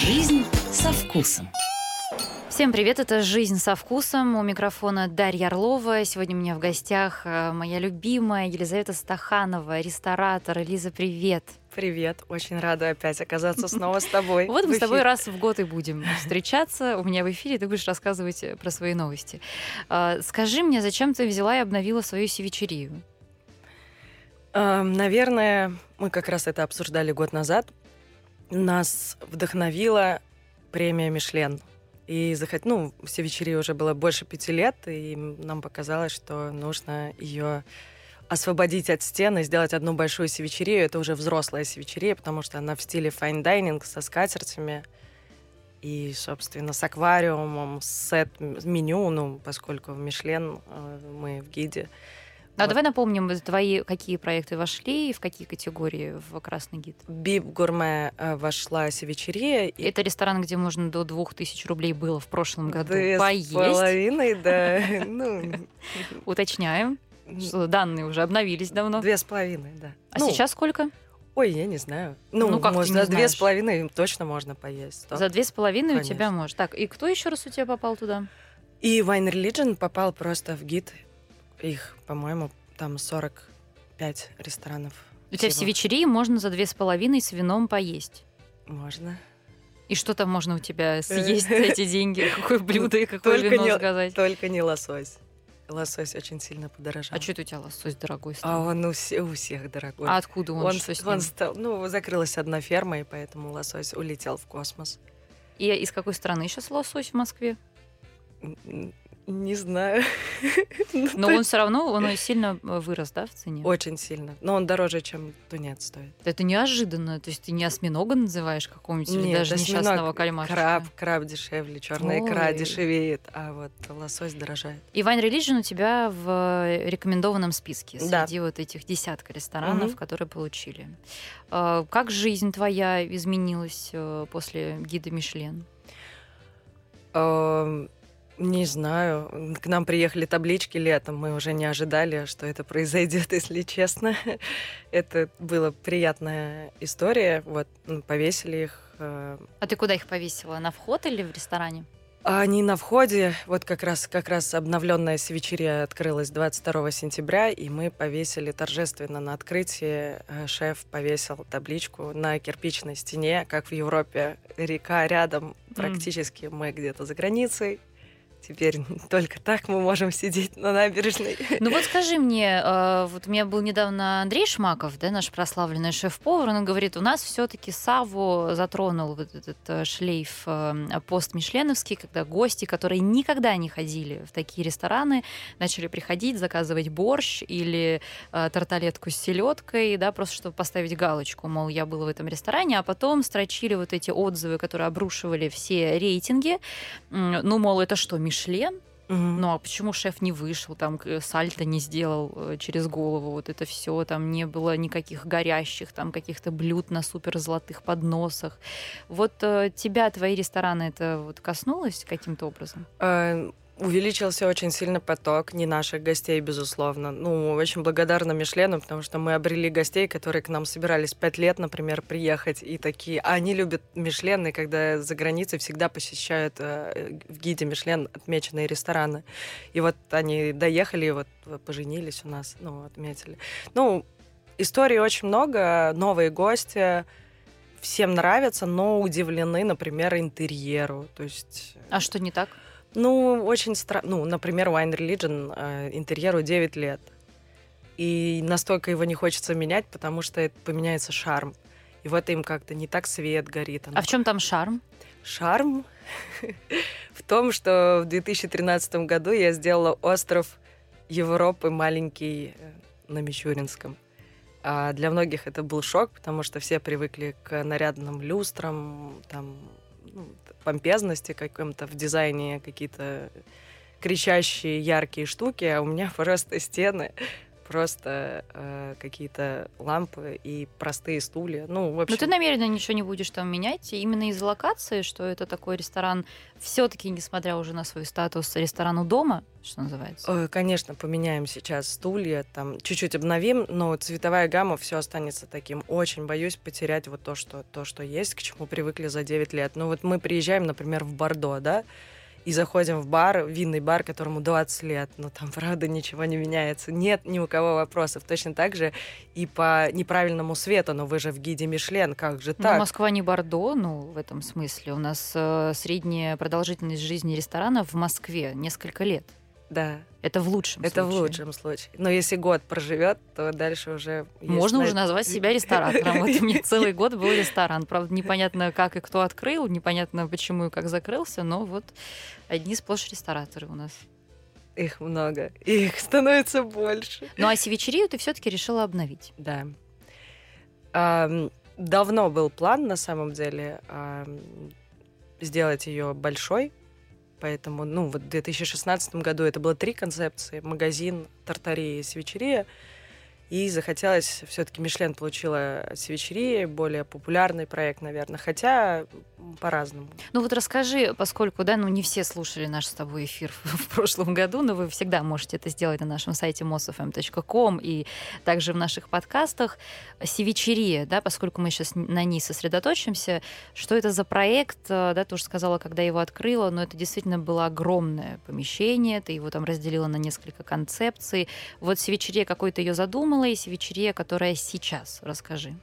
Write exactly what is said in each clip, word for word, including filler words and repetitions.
Жизнь со вкусом. Всем привет, это «Жизнь со вкусом». У микрофона Дарья Орлова. Сегодня у меня в гостях моя любимая Елизавета Стаханова, ресторатор. Лиза, привет. Привет, очень рада опять оказаться снова с тобой. Вот мы с тобой раз в год и будем встречаться. У меня в эфире ты будешь рассказывать про свои новости. Скажи мне, зачем ты взяла и обновила свою севичерию? Наверное, мы как раз это обсуждали год назад. Нас вдохновила премия «Мишлен». И захот... ну, севичерии уже было больше пяти лет, и нам показалось, что нужно ее освободить от стен и сделать одну большую севичерию. Это уже взрослая севичерия, потому что она в стиле fine dining, со скатертями и, собственно, с аквариумом, с сет-меню, ну, поскольку в «Мишлен» мы в гиде. А вот. Давай напомним, твои какие проекты вошли и в какие категории в «Красный гид». Бип Гурме вошла севичерия. И... Это ресторан, где можно до двух тысяч рублей было в прошлом году Две поесть. Две с половиной, да. Уточняем, что данные уже обновились давно. Две с половиной, да. А сейчас сколько? Ой, я не знаю. Ну, ну как может, за две с половиной точно можно поесть. За две с половиной у тебя может. Так, и кто еще раз у тебя попал туда? И Wine Religion попал просто в гид. Их, по-моему, там сорок пять ресторанов. У тебя в севичерии можно за две с половиной с вином поесть? Можно. И что там можно у тебя съесть за эти деньги? Какое блюдо и какое вино заказать? Только не лосось. Лосось очень сильно подорожал. А что это у тебя лосось дорогой стал? А он у, все, у всех дорогой. А откуда он? Он, что с ним? он стал, ну, закрылась одна ферма, и поэтому лосось улетел в космос. И из какой страны сейчас лосось в Москве? Не знаю. Но он все равно, он сильно вырос, да, в цене? Очень сильно. Но он дороже, чем тунец стоит. Это неожиданно. То есть ты не осьминога называешь какого-нибудь, или даже несчастного кальмара? Краб, краб дешевле, черная икра дешевеет, а вот лосось дорожает. И Wine Religion у тебя в рекомендованном списке среди да. вот этих десятка ресторанов, угу. которые получили. Как жизнь твоя изменилась после гида «Мишлен»? Не знаю. К нам приехали таблички летом. Мы уже не ожидали, что это произойдет, если честно. Это была приятная история. Вот, повесили их. А ты куда их повесила? На вход или в ресторане? Они на входе. Вот как раз, как раз обновленная севичерия открылась двадцать второго сентября, и мы повесили торжественно на открытии. Шеф повесил табличку на кирпичной стене, как в Европе. Река рядом, практически mm. мы где-то за границей. Теперь только так мы можем сидеть на набережной. Ну вот скажи мне, вот у меня был недавно Андрей Шмаков, да, наш прославленный шеф-повар, он говорит, у нас все-таки Савву затронул вот этот шлейф пост-мишленовский, когда гости, которые никогда не ходили в такие рестораны, начали приходить, заказывать борщ или тарталетку с селедкой, да, просто чтобы поставить галочку, мол, я был в этом ресторане, а потом строчили вот эти отзывы, которые обрушивали все рейтинги, ну, мол, это что, Мишлен? Мишлен, угу. Ну а почему шеф не вышел, там сальто не сделал через голову, вот это все, там не было никаких горящих, там каких-то блюд на супер золотых подносах. Вот э, тебя, твои рестораны, это вот коснулось каким-то образом? Увеличился очень сильно поток, не наших гостей, безусловно. Ну, очень благодарна Мишлену, потому что мы обрели гостей, которые к нам собирались пять лет, например, приехать, и такие... А они любят Мишлен, и когда за границей всегда посещают э, в гиде Мишлен отмеченные рестораны. И вот они доехали, и вот поженились у нас, ну, отметили. Ну, историй очень много, новые гости... Всем нравится, но удивлены, например, интерьеру. То есть... А что не так? Ну, очень странно. Ну, например, Wine Religion э, интерьеру девять лет. И настолько его не хочется менять, потому что это поменяется шарм. И вот им как-то не так свет горит. А в чем там шарм? Шарм в том, что в две тысячи тринадцатом году я сделала остров Европы маленький на Мичуринском. А для многих это был шок, потому что все привыкли к нарядным люстрам, там, ну, помпезности каком-то в дизайне, какие-то кричащие яркие штуки, а у меня просто стены просто э, какие-то лампы и простые стулья. Ну, в общем... Но ты намеренно ничего не будешь там менять, именно из-за локации, что это такой ресторан, все-таки, несмотря уже на свой статус, ресторан у дома, что называется? Э, Конечно, поменяем сейчас стулья, там чуть-чуть обновим, но цветовая гамма, все останется таким. Очень боюсь потерять вот то, что, то, что есть, к чему привыкли за девять лет. Ну вот мы приезжаем, например, в Бордо, да, и заходим в бар, винный бар, которому двадцать лет, но там, правда, ничего не меняется. Нет ни у кого вопросов. Точно так же и по неправильному свету, но вы же в гиде Мишлен, как же Ну, так? Москва не Бордо, ну, в этом смысле. У нас э, средняя продолжительность жизни ресторана в Москве несколько лет. Да, Это в лучшем это случае. в лучшем случае. Но если год проживет, то дальше уже... есть Можно на- уже назвать себя ресторатором. Вот у меня целый год был ресторан. Правда, непонятно, как и кто открыл, непонятно, почему и как закрылся, но вот одни сплошь рестораторы у нас. Их много, и их становится больше. Ну а севичерию ты все-таки решила обновить. Да. Ам, Давно был план, на самом деле, ам, сделать ее большой. Поэтому, ну, вот в две тысячи шестнадцатом году это было три концепции: магазин, тартария и свечерия. И захотелось, все-таки Мишлен получила свечерия, более популярный проект, наверное, хотя по-разному. Ну вот расскажи, поскольку, да, ну не все слушали наш с тобой эфир в прошлом году, но вы всегда можете это сделать на нашем сайте мос эф эм точка ком и также в наших подкастах. Севичерия, да, поскольку мы сейчас на ней сосредоточимся, что это за проект, да, ты уже сказала, когда его открыла, но это действительно было огромное помещение, ты его там разделила на несколько концепций. Вот севичерия, какой ты ее задумала, и севичерия, которая сейчас, расскажи.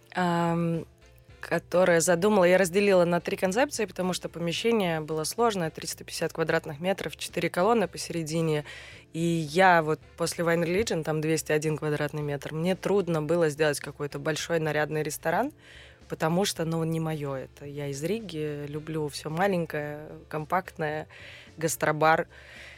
Ам, которая задумала, я разделила на три концепции, потому что помещение было сложное, триста пятьдесят квадратных метров, четыре колонны посередине, и я вот после Wine Religion, там двести один квадратный метр, мне трудно было сделать какой-то большой нарядный ресторан, потому что, ну, не мое это. Я из Риги, люблю все маленькое, компактное, гастробар.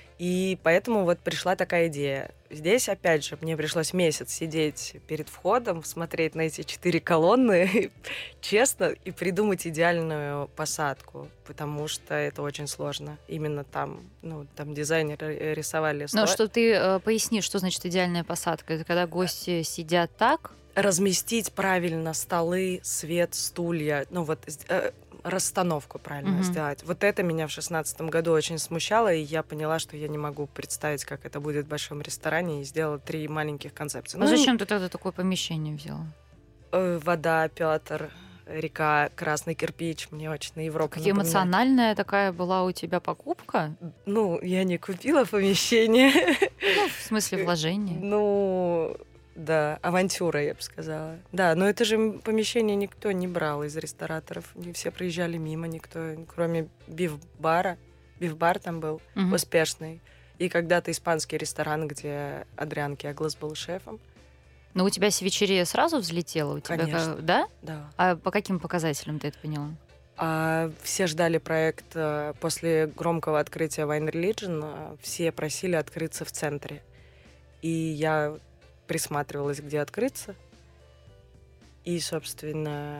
И поэтому вот пришла такая идея. Здесь, опять же, мне пришлось месяц сидеть перед входом, смотреть на эти четыре колонны, честно, и придумать идеальную посадку, потому что это очень сложно. Именно там, ну, там дизайнеры рисовали... Ну, сто- что ты э, поясни, что значит идеальная посадка? Это когда гости сидят так? Разместить правильно столы, свет, стулья, ну вот э, расстановку правильно Мгм. сделать. Вот это меня в шестнадцатом году очень смущало, и я поняла, что я не могу представить, как это будет в большом ресторане, и сделала три маленьких концепции. Ну, Ну, зачем ты тогда такое помещение взяла? э, вода, Петр, река, красный кирпич, мне очень на Европу Какая напоминает. эмоциональная такая была у тебя покупка? Ну, я не купила помещение. Ну, в смысле вложения. Ну, да, авантюра, я бы сказала. Да, но это же помещение никто не брал из рестораторов. Не все проезжали мимо, никто, кроме биф-бара. Биф-бар там был Мгм. успешный. И когда-то испанский ресторан, где Адриан Кеглас был шефом. Но у тебя севичерия сразу взлетела? У тебя Конечно. как- Да? Да. А по каким показателям ты это поняла? А все ждали проект э, после громкого открытия Wine Religion. э, Все просили открыться в центре. И я присматривалась, где открыться. И, собственно,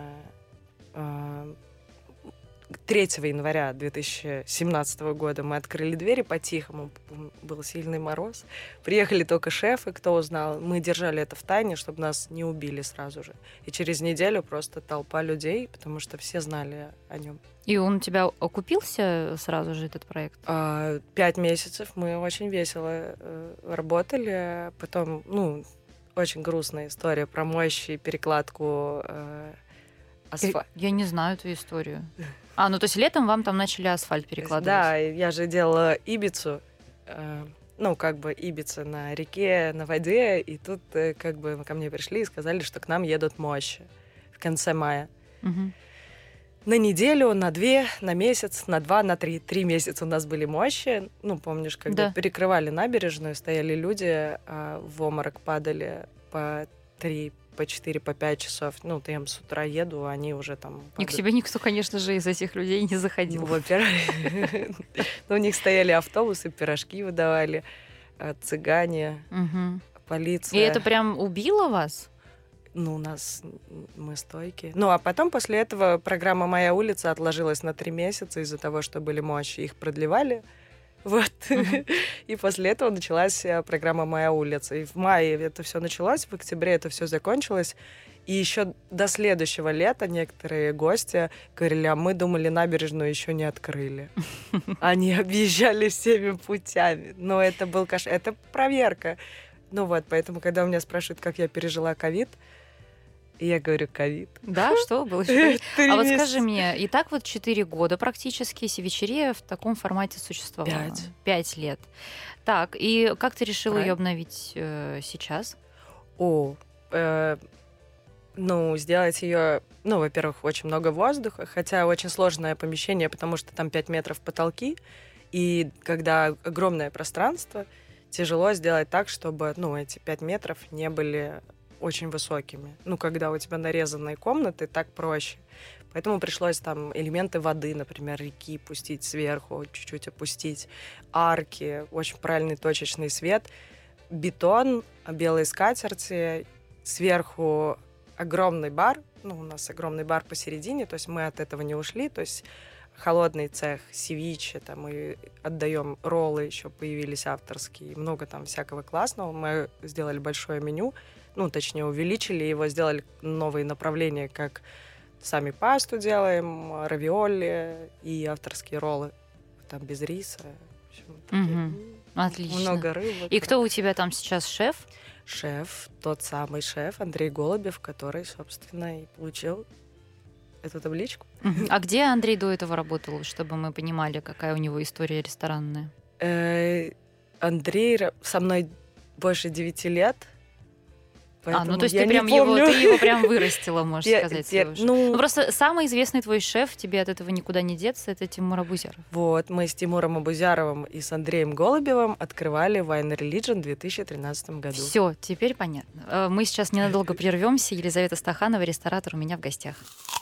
э, третьего января две тысячи семнадцатого года мы открыли двери по-тихому. М, Был сильный мороз. Приехали только шефы, кто узнал. Мы держали это в тайне, чтобы нас не убили сразу же. И через неделю просто толпа людей, потому что все знали о нем. И он у тебя окупился сразу же, этот проект? А, Пять месяцев мы очень весело э, работали. Потом, ну, очень грустная история про мощь и перекладку э, асфальта. Я не знаю эту историю. А, ну то есть летом вам там начали асфальт перекладывать? Да, и я же делала Ибицу, э, ну, как бы Ибица на реке, на воде, и тут э, как бы ко мне пришли и сказали, что к нам едут мощи в конце мая. Мгм. На неделю, на две, на месяц, на два, на три. Три месяца у нас были мощи. Ну, помнишь, когда Да. перекрывали набережную, стояли люди, а в обморок падали по три, по четыре, по пять часов. Ну, ты им с утра еду, а они уже там... И к тебе никто, конечно же, из этих людей не заходил. Ну, во-первых, ну, у них стояли автобусы, пирожки выдавали, а, цыгане, Мгм. полиция. И это прям убило вас? Ну, у нас м, мы стойкие. Ну, а потом после этого программа «Моя улица» отложилась на три месяца из-за того, что были мощи. Их продлевали, Вот. Мгм. И после этого началась э, программа «Моя улица». И в мае это все началось, в октябре это все закончилось. И еще до следующего лета некоторые гости говорили, а мы думали, набережную еще не открыли. Они объезжали всеми путями. Но это был кошмар. Это проверка. Ну вот, поэтому, когда у меня спрашивают, как я пережила ковид, я говорю, ковид. Да, что было еще? Три А вот месяца. скажи мне, и так вот четыре года практически Севичерия в таком формате существовала? Пять. Пять лет. Так, и как ты решила ее Правильно. обновить э, сейчас? О, э, ну, сделать ее, ну, во-первых, очень много воздуха, хотя очень сложное помещение, потому что там пять метров потолки, и когда огромное пространство, тяжело сделать так, чтобы, ну, эти пять метров не были очень высокими. Ну, когда у тебя нарезанные комнаты, так проще. Поэтому пришлось там элементы воды, например, реки пустить сверху, чуть-чуть опустить, арки, очень правильный точечный свет, бетон, белые скатерти, сверху огромный бар, ну, у нас огромный бар посередине, то есть мы от этого не ушли, то есть холодный цех, севиче, там мы отдаем роллы, еще появились авторские, много там всякого классного. Мы сделали большое меню, ну, точнее, увеличили его, сделали новые направления, как сами пасту делаем, равиоли и авторские роллы, там без риса. В общем, такие, Мгм. Отлично. много рыбы. И кто у тебя там сейчас шеф? Шеф, тот самый шеф Андрей Голубев, который, собственно, и получил эту табличку. Мгм. А где Андрей до этого работал, чтобы мы понимали, какая у него история ресторанная? Э, Андрей ра- со мной больше девяти лет. А, ну поэтому то есть я ты не прям его, помню. ты его прям вырастила, можно Я- сказать. я- своего шефа. ну, Ну просто самый известный твой шеф, тебе от этого никуда не деться, это Тимур Абузяров. вот, мы с Тимуром Абузяровым и с Андреем Голубевым открывали Wine Religion в две тысячи тринадцатом году. Все, теперь понятно. Э, Мы сейчас ненадолго прервемся. Елизавета Стаханова, ресторатор, у меня в гостях.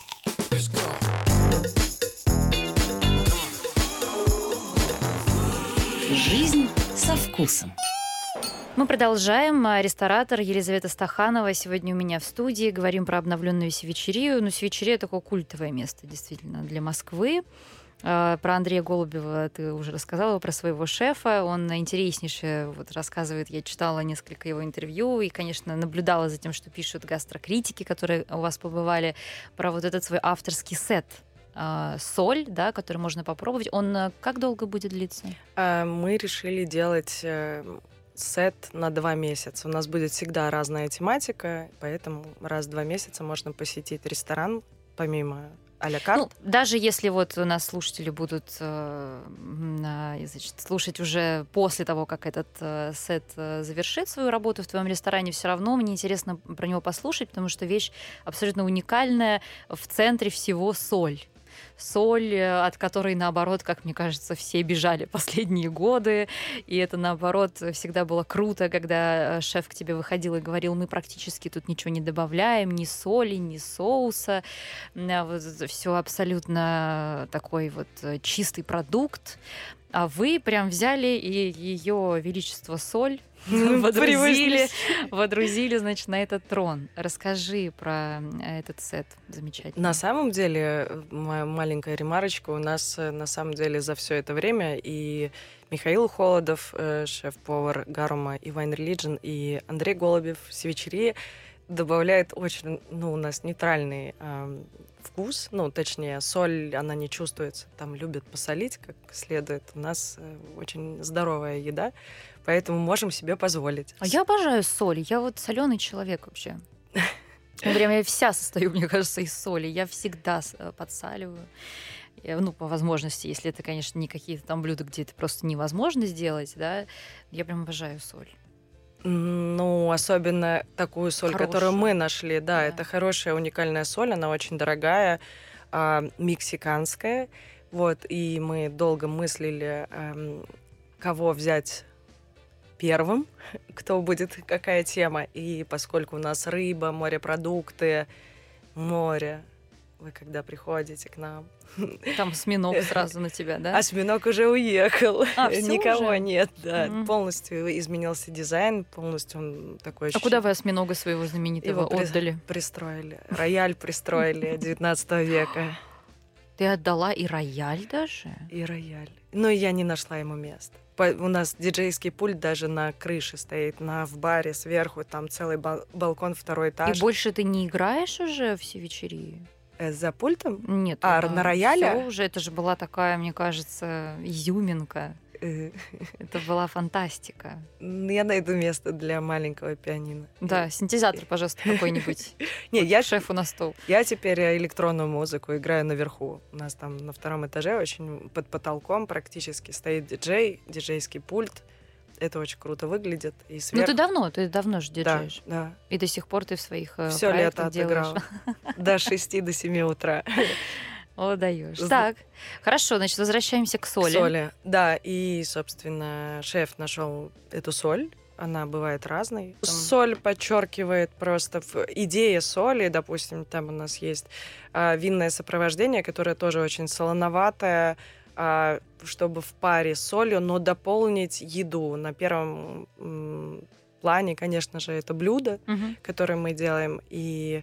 Жизнь со вкусом. Мы продолжаем. А, Ресторатор Елизавета Стаханова сегодня у меня в студии. Говорим про обновленную Севичерию. Ну, Севичерия такое культовое место, действительно, для Москвы. А, Про Андрея Голубева ты уже рассказала, про своего шефа. Он интереснейшее вот рассказывает. Я читала несколько его интервью и, конечно, наблюдала за тем, что пишут гастрокритики, которые у вас побывали, про вот этот свой авторский сет. А, соль, да, который можно попробовать. Он а, как долго будет длиться? А, Мы решили делать э, сет на два месяца. У нас будет всегда разная тематика, поэтому раз в два месяца можно посетить ресторан, помимо а-ля карт. Ну, даже если вот у нас слушатели будут э, м, а, и, значит, слушать уже после того, как этот э, сет э, завершит свою работу в твоем ресторане, все равно мне интересно про него послушать, потому что вещь абсолютно уникальная. В центре всего соль. Соль, э, от которой, наоборот, как мне кажется, все бежали последние годы. И это, наоборот, всегда было круто, когда э, шеф к тебе выходил и говорил, мы практически тут ничего не добавляем, ни соли, ни соуса. Все абсолютно такой вот э, чистый продукт. А вы прям взяли и ее величество соль водрузили, Привозили. водрузили, значит, на этот трон. Расскажи про э, этот сет замечательный. На самом деле, э, моя маленькая ремарочка, у нас э, на самом деле за все это время и Михаил Холодов, э, шеф-повар Гарума и Wine Religion, и Андрей Голубев, Севичерии, добавляет очень, ну, у нас нейтральный э, вкус, ну, точнее, соль, она не чувствуется, там любят посолить как следует. У нас э, очень здоровая еда, поэтому можем себе позволить. А я обожаю соль. Я вот соленый человек вообще. Ну, Прям я вся состою, мне кажется, из соли. Я всегда с- э, подсаливаю. Я, ну, по возможности, если это, конечно, не какие-то там блюда, где это просто невозможно сделать, да, я прям обожаю соль. М, Ну, особенно такую соль, которую Хорошую. мы нашли, да, Да. это хорошая уникальная соль, она очень дорогая, а, мексиканская, вот, и мы долго мыслили, эм, кого взять первым, кто будет, какая тема, и поскольку у нас рыба, морепродукты, море, вы когда приходите к нам, Там осьминог сразу на тебя, да? осьминог уже уехал, А, всё никого уже? нет, да, Мгм. полностью изменился дизайн, полностью он такой А куда вы осьминога своего знаменитого Его при- отдали? пристроили. Рояль пристроили девятнадцатого века. Ты отдала и рояль даже? И рояль. Но я не нашла ему места. По- У нас диджейский пульт даже на крыше стоит, на, в баре сверху, там целый бал- балкон, второй И этаж. больше ты не играешь уже все вечерии? Э, За пультом? Нет, А, на рояле? всё уже, это же была такая, мне кажется, изюминка. Э, Это была фантастика. м, Я найду место для маленького пианино. Да, синтезатор, пожалуйста, какой-нибудь. Не, Вот я, шефу на стол. я теперь электронную музыку играю наверху. У нас там на втором этаже, очень под потолком практически стоит диджей, диджейский пульт. Это очень круто выглядит. И Ну, сверху... ты давно, ты давно же Да, диджеешь. да. И до сих пор ты в своих э, Все лето проектах делаешь. отыграла. До шести, до семи утра. О, даешь. З- Так, хорошо, значит, возвращаемся к К соли. соли. Да, и, собственно, шеф нашел эту соль. Она бывает разной. Там- Соль подчеркивает просто в идее соли, допустим, там у нас есть а, винное сопровождение, которое тоже очень солоноватое, а, чтобы в паре с солью, но дополнить еду. На первом м, плане, конечно же, это блюдо, Мгм. которое мы делаем, и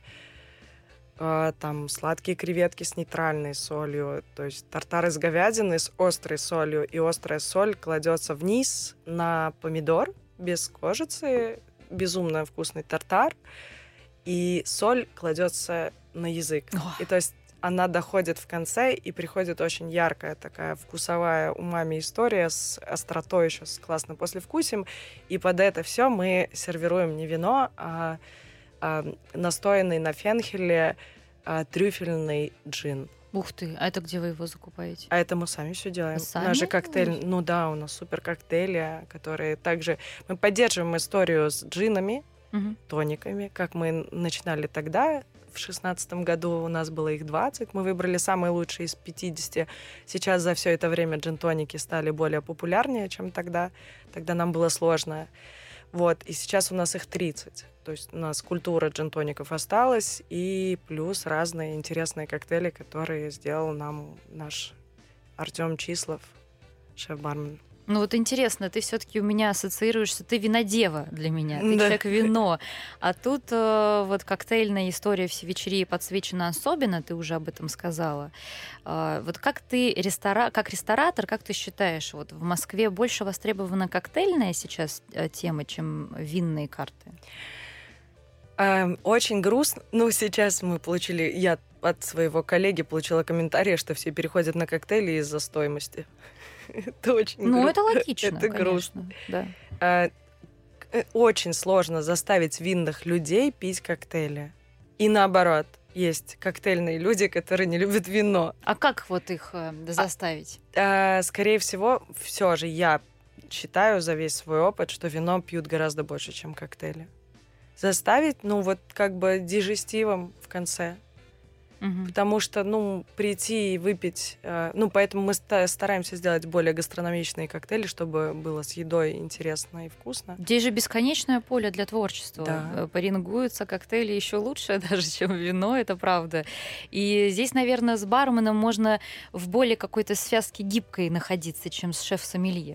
а, там сладкие креветки с нейтральной солью, то есть тартар из говядины с острой солью, и острая соль кладется вниз на помидор без кожицы, безумно вкусный тартар, и соль кладется на язык. Ох. И то есть она доходит в конце, и приходит очень яркая такая вкусовая умами история с остротой еще, с классным послевкусием. И под это все мы сервируем не вино, а, а настоянный на фенхеле а, трюфельный джин. Ух ты, а это где вы его закупаете? А это мы сами все делаем. Вы сами? Наш же коктейль, Ой. ну да, у нас супер коктейли, которые также... Мы поддерживаем историю с джинами, Мгм. тониками, как мы начинали тогда. В шестнадцатом году у нас было их двадцать. Мы выбрали самые лучшие из пятидесяти. Сейчас за все это время джин-тоники стали более популярнее, чем тогда. Тогда нам было сложно. Вот. И сейчас у нас их тридцать. То есть у нас культура джин-тоников осталась, и плюс разные интересные коктейли, которые сделал нам наш Артем Числов, шеф-бармен. Ну вот интересно, ты все-таки у меня ассоциируешься, ты винодева для меня, ты Да. человек вино, а тут э, вот коктейльная история в вечерии подсвечена особенно, ты уже об этом сказала. А, вот как ты рестора... как ресторатор, как ты считаешь, вот в Москве больше востребована коктейльная сейчас э, тема, чем винные карты? Эм, Очень грустно. Ну, сейчас мы получили... Я от своего коллеги получила комментарий, что все переходят на коктейли из-за стоимости. Это очень Ну гру- это логично, Это грустно. конечно, да. А, э, Очень сложно заставить винных людей пить коктейли. И наоборот, есть коктейльные люди, которые не любят вино. А как вот их э, заставить? А, Скорее всего, все же я считаю за весь свой опыт, что вино пьют гораздо больше, чем коктейли. Заставить, ну вот как бы дижестивом в конце. Мгм. Потому что, ну, прийти и выпить... э, ну, поэтому мы ста- стараемся сделать более гастрономичные коктейли, чтобы было с едой интересно и вкусно. Здесь же бесконечное поле для творчества. Да. Э, Поренгуются коктейли еще лучше даже, чем вино, это правда. И здесь, наверное, с барменом можно в более какой-то связке гибкой находиться, чем с шеф-сомелье.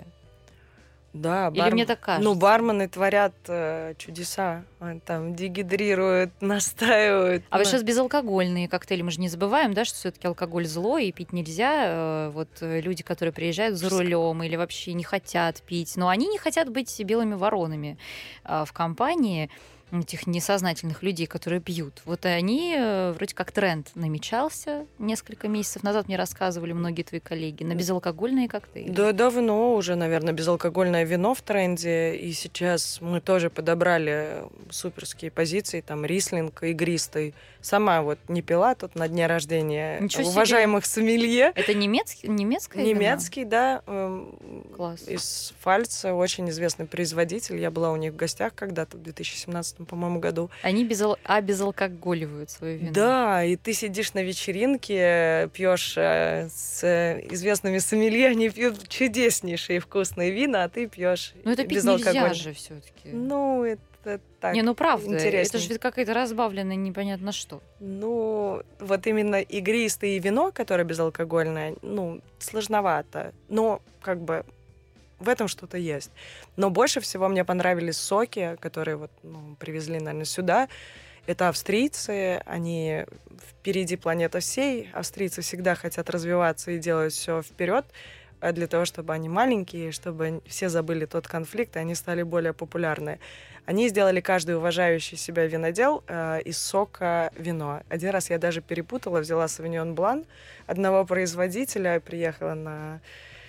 Да, Или мне так кажется? Ну, бармены творят э, чудеса. Они там дегидрируют, настаивают. А вы Ну, сейчас безалкогольные коктейли, мы же не забываем, да, что все-таки алкоголь зло и пить нельзя. Э, Вот э, люди, которые приезжают за рулем или вообще не хотят пить, но они не хотят быть белыми воронами а, в компании этих несознательных людей, которые пьют. Вот они, э, вроде как тренд намечался несколько месяцев назад, мне рассказывали многие твои коллеги, на безалкогольные коктейли. Да, давно уже, наверное, безалкогольное вино в тренде. И сейчас мы тоже подобрали суперские позиции. Там рислинг игристый. Сама вот не пила тут на дне рождения Ничего себе. уважаемых сомелье. Это немецкий, немецкое вино? Немецкий, да. эм, Класс. Из Фальца, очень известный производитель. Я была у них в гостях когда-то в две тысячи семнадцатом, по-моему, году. Они безал... обезалкоголивают свое вино. Да, и ты сидишь на вечеринке, пьешь э, с э, известными сомелье, они пьют чудеснейшие вкусные вина, а ты пьешь Ну это пить нельзя безалкогольное. же все-таки. Ну, это так. Не, ну правда, это интересней. же какая-то разбавленная непонятно что. Ну, вот именно игристое вино, которое безалкогольное, ну, сложновато. Но как бы в этом что-то есть. Но больше всего мне понравились соки, которые вот ну, привезли, наверное, сюда. Это австрийцы, они впереди планеты всей. Австрийцы всегда хотят развиваться и делать все вперед. а для того, чтобы они маленькие, чтобы все забыли тот конфликт, и они стали более популярны. Они сделали каждый уважающий себя винодел э, из сока вино. Один раз я даже перепутала, взяла Sauvignon Blanc одного производителя, приехала на,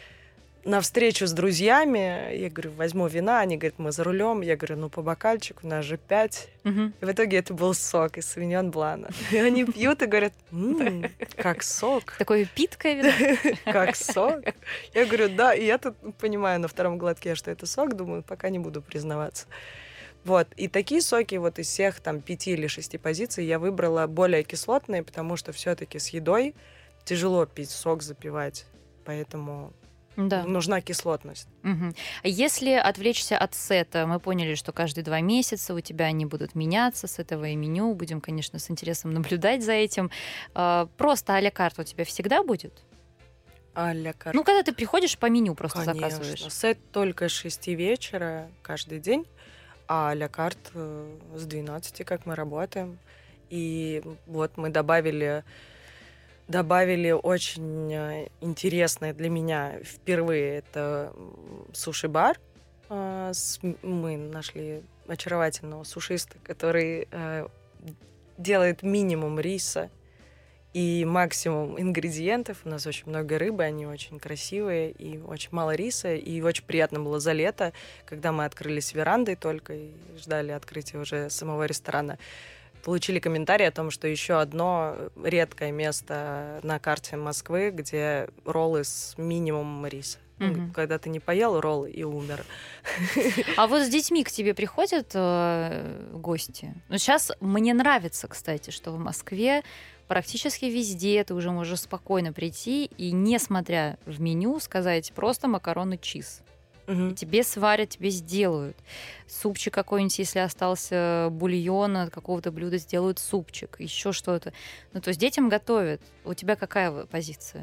на встречу с друзьями. Я говорю, возьму вина. Они говорят, мы за рулем. Я говорю, ну по бокальчику, у нас же пять. Мгм. И в итоге это был сок из Sauvignon Blanc. И они пьют и говорят, «М, как сок, Такое питкое вино. как сок». Я говорю, да, и я тут понимаю на втором глотке, что это сок, думаю, пока не буду признаваться. Вот, и такие соки вот из всех там пяти или шести позиций я выбрала более кислотные, потому что все-таки с едой тяжело пить сок, запивать, поэтому Да. нужна кислотность. Мгм. Если отвлечься от сета, мы поняли, что каждые два месяца у тебя они будут меняться, сетовое меню. Будем, конечно, с интересом наблюдать за этим. А, Просто а-ля карт у тебя всегда будет? А-ля карт. Ну, когда ты приходишь, по меню просто Конечно. заказываешь. Сет только с шести вечера каждый день, а а-ля карт э, с двенадцати, как мы работаем. И вот мы добавили, добавили очень э, интересное для меня впервые. Это м, суши-бар. А, с- Мы нашли очаровательного сушиста, который э, делает минимум риса и максимум ингредиентов. У нас очень много рыбы, они очень красивые, и очень мало риса. И очень приятно было за лето, когда мы открылись верандой только и ждали открытия уже самого ресторана. Получили комментарий о том, что еще одно редкое место на карте Москвы, где роллы с минимумом риса. Ну, Мгм. когда ты не поел роллы и умер. А вот с детьми к тебе приходят э, гости? Ну, сейчас мне нравится, кстати, что в Москве практически везде ты уже можешь спокойно прийти и, несмотря в меню, сказать просто макароны чиз. Мгм. Тебе сварят, тебе сделают. Супчик какой-нибудь, если остался бульон от какого-то блюда, сделают супчик, еще что-то. Ну, то есть детям готовят. У тебя какая в- позиция?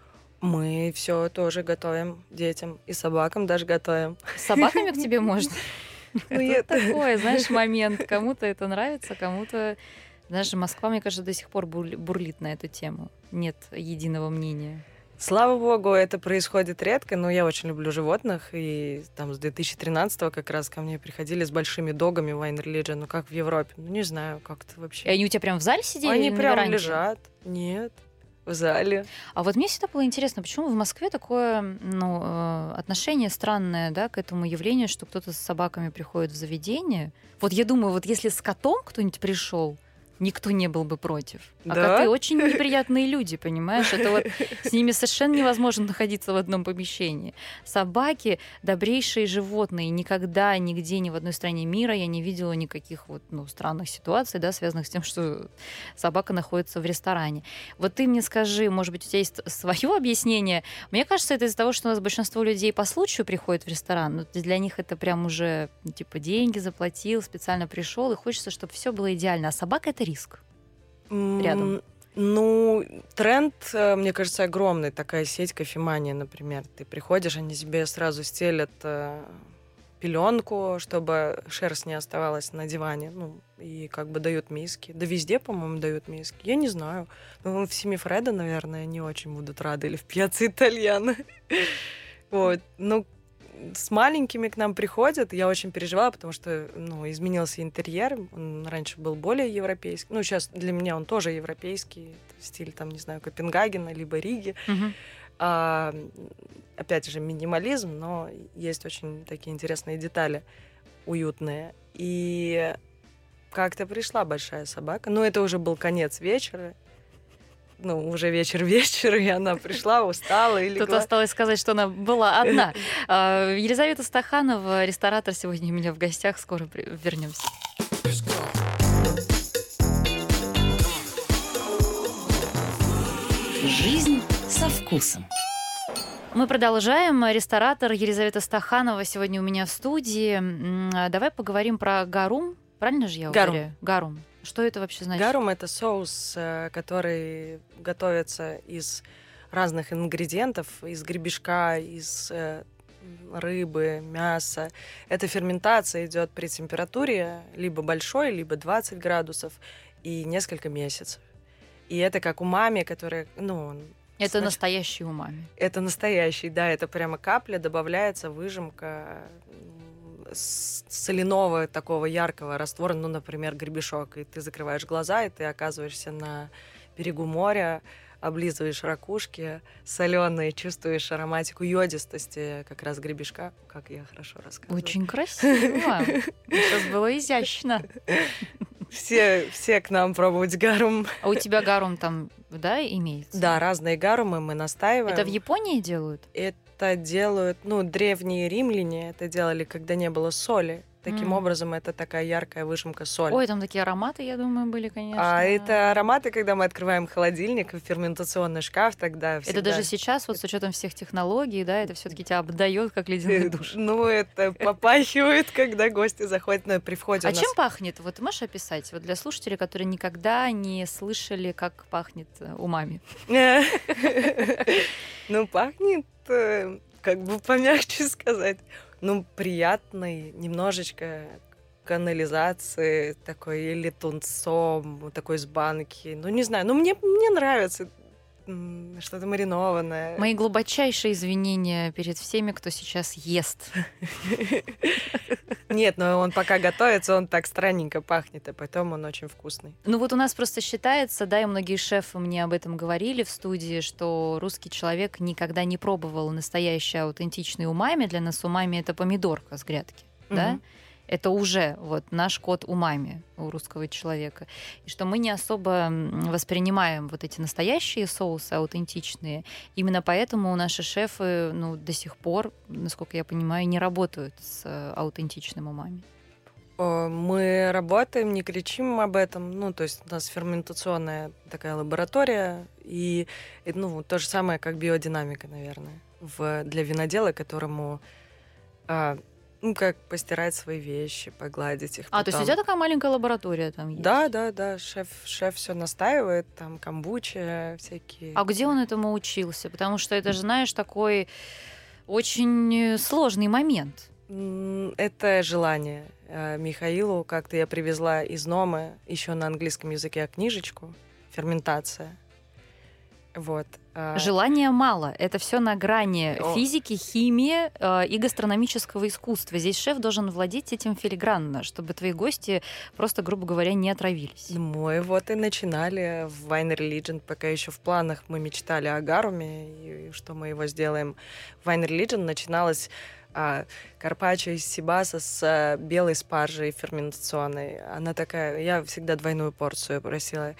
Мы все тоже готовим детям и собакам даже готовим. С собаками к тебе можно? Ну, Это я- такой, знаешь, момент. Кому-то это нравится, кому-то... Знаешь, Москва, мне кажется, до сих пор бур- бурлит на эту тему. Нет единого мнения. Слава богу, это происходит редко, но я очень люблю животных, и там с две тысячи тринадцатого как раз ко мне приходили с большими догами в Wine Religion, ну как в Европе, ну не знаю, как это И вообще. они у тебя прям в зале сидели Они или на прям веранде? лежат, нет, в зале. А вот мне всегда было интересно, почему в Москве такое ну, э, отношение странное, да, к этому явлению, что кто-то с собаками приходит в заведение. Вот я думаю, вот если с котом кто-нибудь пришел, никто не был бы против. А Да? коты очень неприятные люди, понимаешь? Это вот с ними совершенно невозможно находиться в одном помещении. Собаки добрейшие животные. Никогда, нигде, ни в одной стране мира я не видела никаких вот, ну, странных ситуаций, да, связанных с тем, что собака находится в ресторане. Вот ты мне скажи, может быть, у тебя есть свое объяснение? Мне кажется, это из-за того, что у нас большинство людей по случаю приходит в ресторан. Ну, для них это прям уже, ну, типа, деньги заплатил, специально пришел, и хочется, чтобы все было идеально. А собака — это риск. Рядом. М, Ну, тренд, э, мне кажется, огромный. Такая сеть кофемания, например. Ты приходишь, они тебе сразу стелят пеленку, чтобы шерсть не оставалась на диване. Ну, и как бы дают миски. Да везде, по-моему, дают миски. Я не знаю. Ну, в Семифредо, наверное, не очень будут рады. Или в Пьяцца Итальяно. Вот. Ну, с маленькими к нам приходят. Я очень переживала, потому что, ну, изменился интерьер. Он раньше был более европейский. Ну, сейчас для меня он тоже европейский. Это стиль, там, не знаю, Копенгагена, либо Риги. Мгм. А, опять же, минимализм, но есть очень такие интересные детали, уютные. И как-то пришла большая собака. Ну, это уже был конец вечера. Ну, уже вечер-вечер, и она пришла, устала и Тут легла. осталось сказать, что она была одна. А, Елизавета Стаханова, ресторатор, сегодня у меня в гостях. Скоро при- вернемся. Жизнь со вкусом. Мы продолжаем. Ресторатор Елизавета Стаханова сегодня у меня в студии. М, а Давай поговорим про гарум. Правильно же я Гарум. уверяю? Гарум. Что это вообще значит? Гарум — это соус, э, который готовится из разных ингредиентов, из гребешка, из э, рыбы, мяса. Эта ферментация идет при температуре либо большой, либо двадцать градусов и несколько месяцев. И это как умами, которое, ну, он Это Снач- настоящий умами. Это настоящий, да, это прямо капля, добавляется выжимка м, с- соляного такого яркого раствора, ну, например, гребешок, и ты закрываешь глаза, и ты оказываешься на берегу моря, облизываешь ракушки соленые, чувствуешь ароматику йодистости как раз гребешка, как я хорошо рассказываю. Очень красиво. Сейчас было изящно. Все, все к нам пробовать гарум. А у тебя гарум там, да, имеется? Да, разные гарумы мы настаиваем. Это в Японии делают? Это делают, ну, древние римляне это делали, когда не было соли. Таким М. образом, это такая яркая выжимка соли. Ой, там такие ароматы, я думаю, были, конечно. А это ароматы, когда мы открываем холодильник, ферментационный шкаф, тогда всегда... Это даже сейчас, вот с учетом всех технологий, да, это все-таки тебя обдает как ледяной душ. Ну, это попахивает, когда гости заходят, ну, при входе А у нас- чем пахнет? Вот ты можешь описать? Вот для слушателей, которые никогда не слышали, как пахнет э, умами. Ну, пахнет, э, как бы помягче сказать, ну, приятный, немножечко канализации, такой или тунцом, такой с банки. Ну, не знаю, ну, мне, мне нравится м, что-то маринованное. Мои глубочайшие извинения перед всеми, кто сейчас ест. Нет, но он пока готовится, он так странненько пахнет, а потом он очень вкусный. Ну вот у нас просто считается, да, и многие шефы мне об этом говорили в студии, что русский человек никогда не пробовал настоящий аутентичный умами. Для нас умами — это помидорка с грядки, да? Мгм. Это уже вот наш код умами у русского человека. И что мы не особо м, воспринимаем вот эти настоящие соусы аутентичные. Именно поэтому наши шефы, ну, до сих пор, насколько я понимаю, не работают с э, аутентичным умами. О, Мы работаем, не кричим об этом. Ну, то есть у нас ферментационная такая лаборатория, и, и, ну, то же самое, как биодинамика, наверное, в, для винодела, которому, а, ну, как постирать свои вещи, погладить их. А, то есть у потом. тебя такая маленькая лаборатория там есть? Да, да, да, шеф, шеф все настаивает, там камбучи всякие. А где он этому учился? Потому что это же, знаешь, такой очень э, сложный момент. М, Это желание. Э, Михаилу как-то я привезла из Номы еще на английском языке книжечку «Ферментация». Вот. а, Желания мало. Это все на грани О. физики, химии э, и гастрономического искусства. Здесь шеф должен владеть этим филигранно, чтобы твои гости просто, грубо говоря, не отравились. Мы вот и начинали в Wine Religion, пока еще в планах мы мечтали о гаруме, и что мы его сделаем. В Wine Religion начиналась а, карпаччо из сибаса с а, белой спаржей ферментационной. Она такая... Я всегда двойную порцию просила.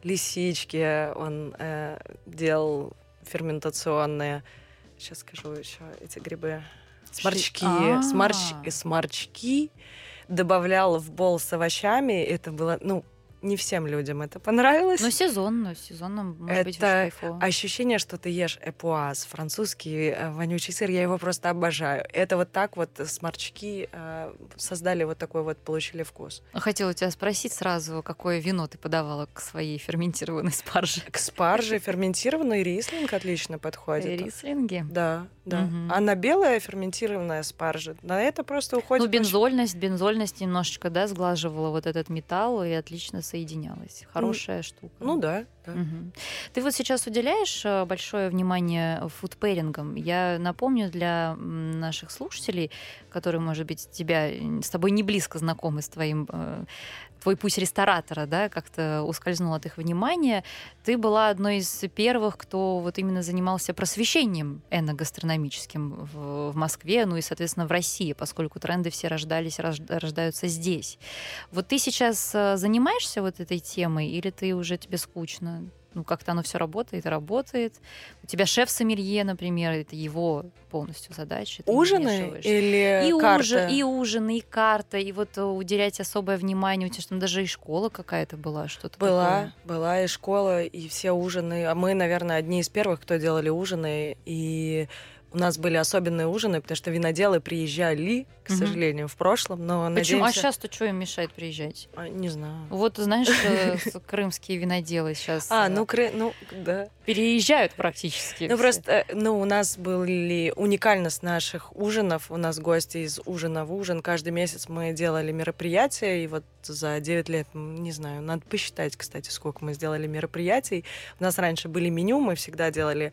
Лисички он э, делал ферментационные. Сейчас скажу еще эти грибы. Сморчки. А. Сморч... Сморчки добавляла в бол с овощами. Это было, ну, не всем людям это понравилось. Ну, сезонно, сезонно, может быть, очень Это кайфово. ощущение, что ты ешь эпуаз, французский э, вонючий сыр, я его просто обожаю. Это вот так вот сморчки э, создали вот такой вот, получили вкус. Хотела у тебя спросить сразу, какое вино ты подавала к своей ферментированной спарже? К спарже ферментированный рислинг отлично подходит. Рислинги? Да, да. Мгм. А на белая ферментированная спаржа, на это просто уходит... Ну, очень- бензольность, бензольность немножечко, да, сглаживала вот этот металл и отлично соединялась. Хорошая штука. Ну да, да. Мгм. Ты вот сейчас уделяешь э, большое внимание фудпэрингам. Я напомню для м, наших слушателей, которые, может быть, тебя э, с тобой не близко знакомы с твоим э, твой путь ресторатора, да, как-то ускользнул от их внимания. Ты была одной из первых, кто вот именно занимался просвещением эногастрономическим в, в Москве, ну и, соответственно, в России, поскольку тренды все рождались, рож- рождаются здесь. Вот ты сейчас э, занимаешься вот этой темой, или ты уже тебе скучно? Ну, как-то оно все работает и работает. У тебя шеф-сомелье, например, это его полностью задача. ты не Ужины вмешиваешься. или И, карта? ужин, и ужины, и карта, и вот э, уделять особое внимание. У тебя же там даже и школа какая-то была, что-то Была, такое. была и школа, и все ужины. А мы, наверное, одни из первых, кто делали ужины. И у нас были особенные ужины, потому что виноделы приезжали, к Мгм. сожалению, в прошлом, но Почему? А надеемся... сейчас-то что им мешает приезжать? А, не знаю. Вот, знаешь, э, с- крымские виноделы сейчас А, ну, кры- ну, да. переезжают практически. Ну, все. просто, э, ну, у нас были уникальность наших ужинов. У нас гости из ужина в ужин. Каждый месяц мы делали мероприятия, и вот за девять лет, м, не знаю, надо посчитать, кстати, сколько мы сделали мероприятий. У нас раньше были меню, мы всегда делали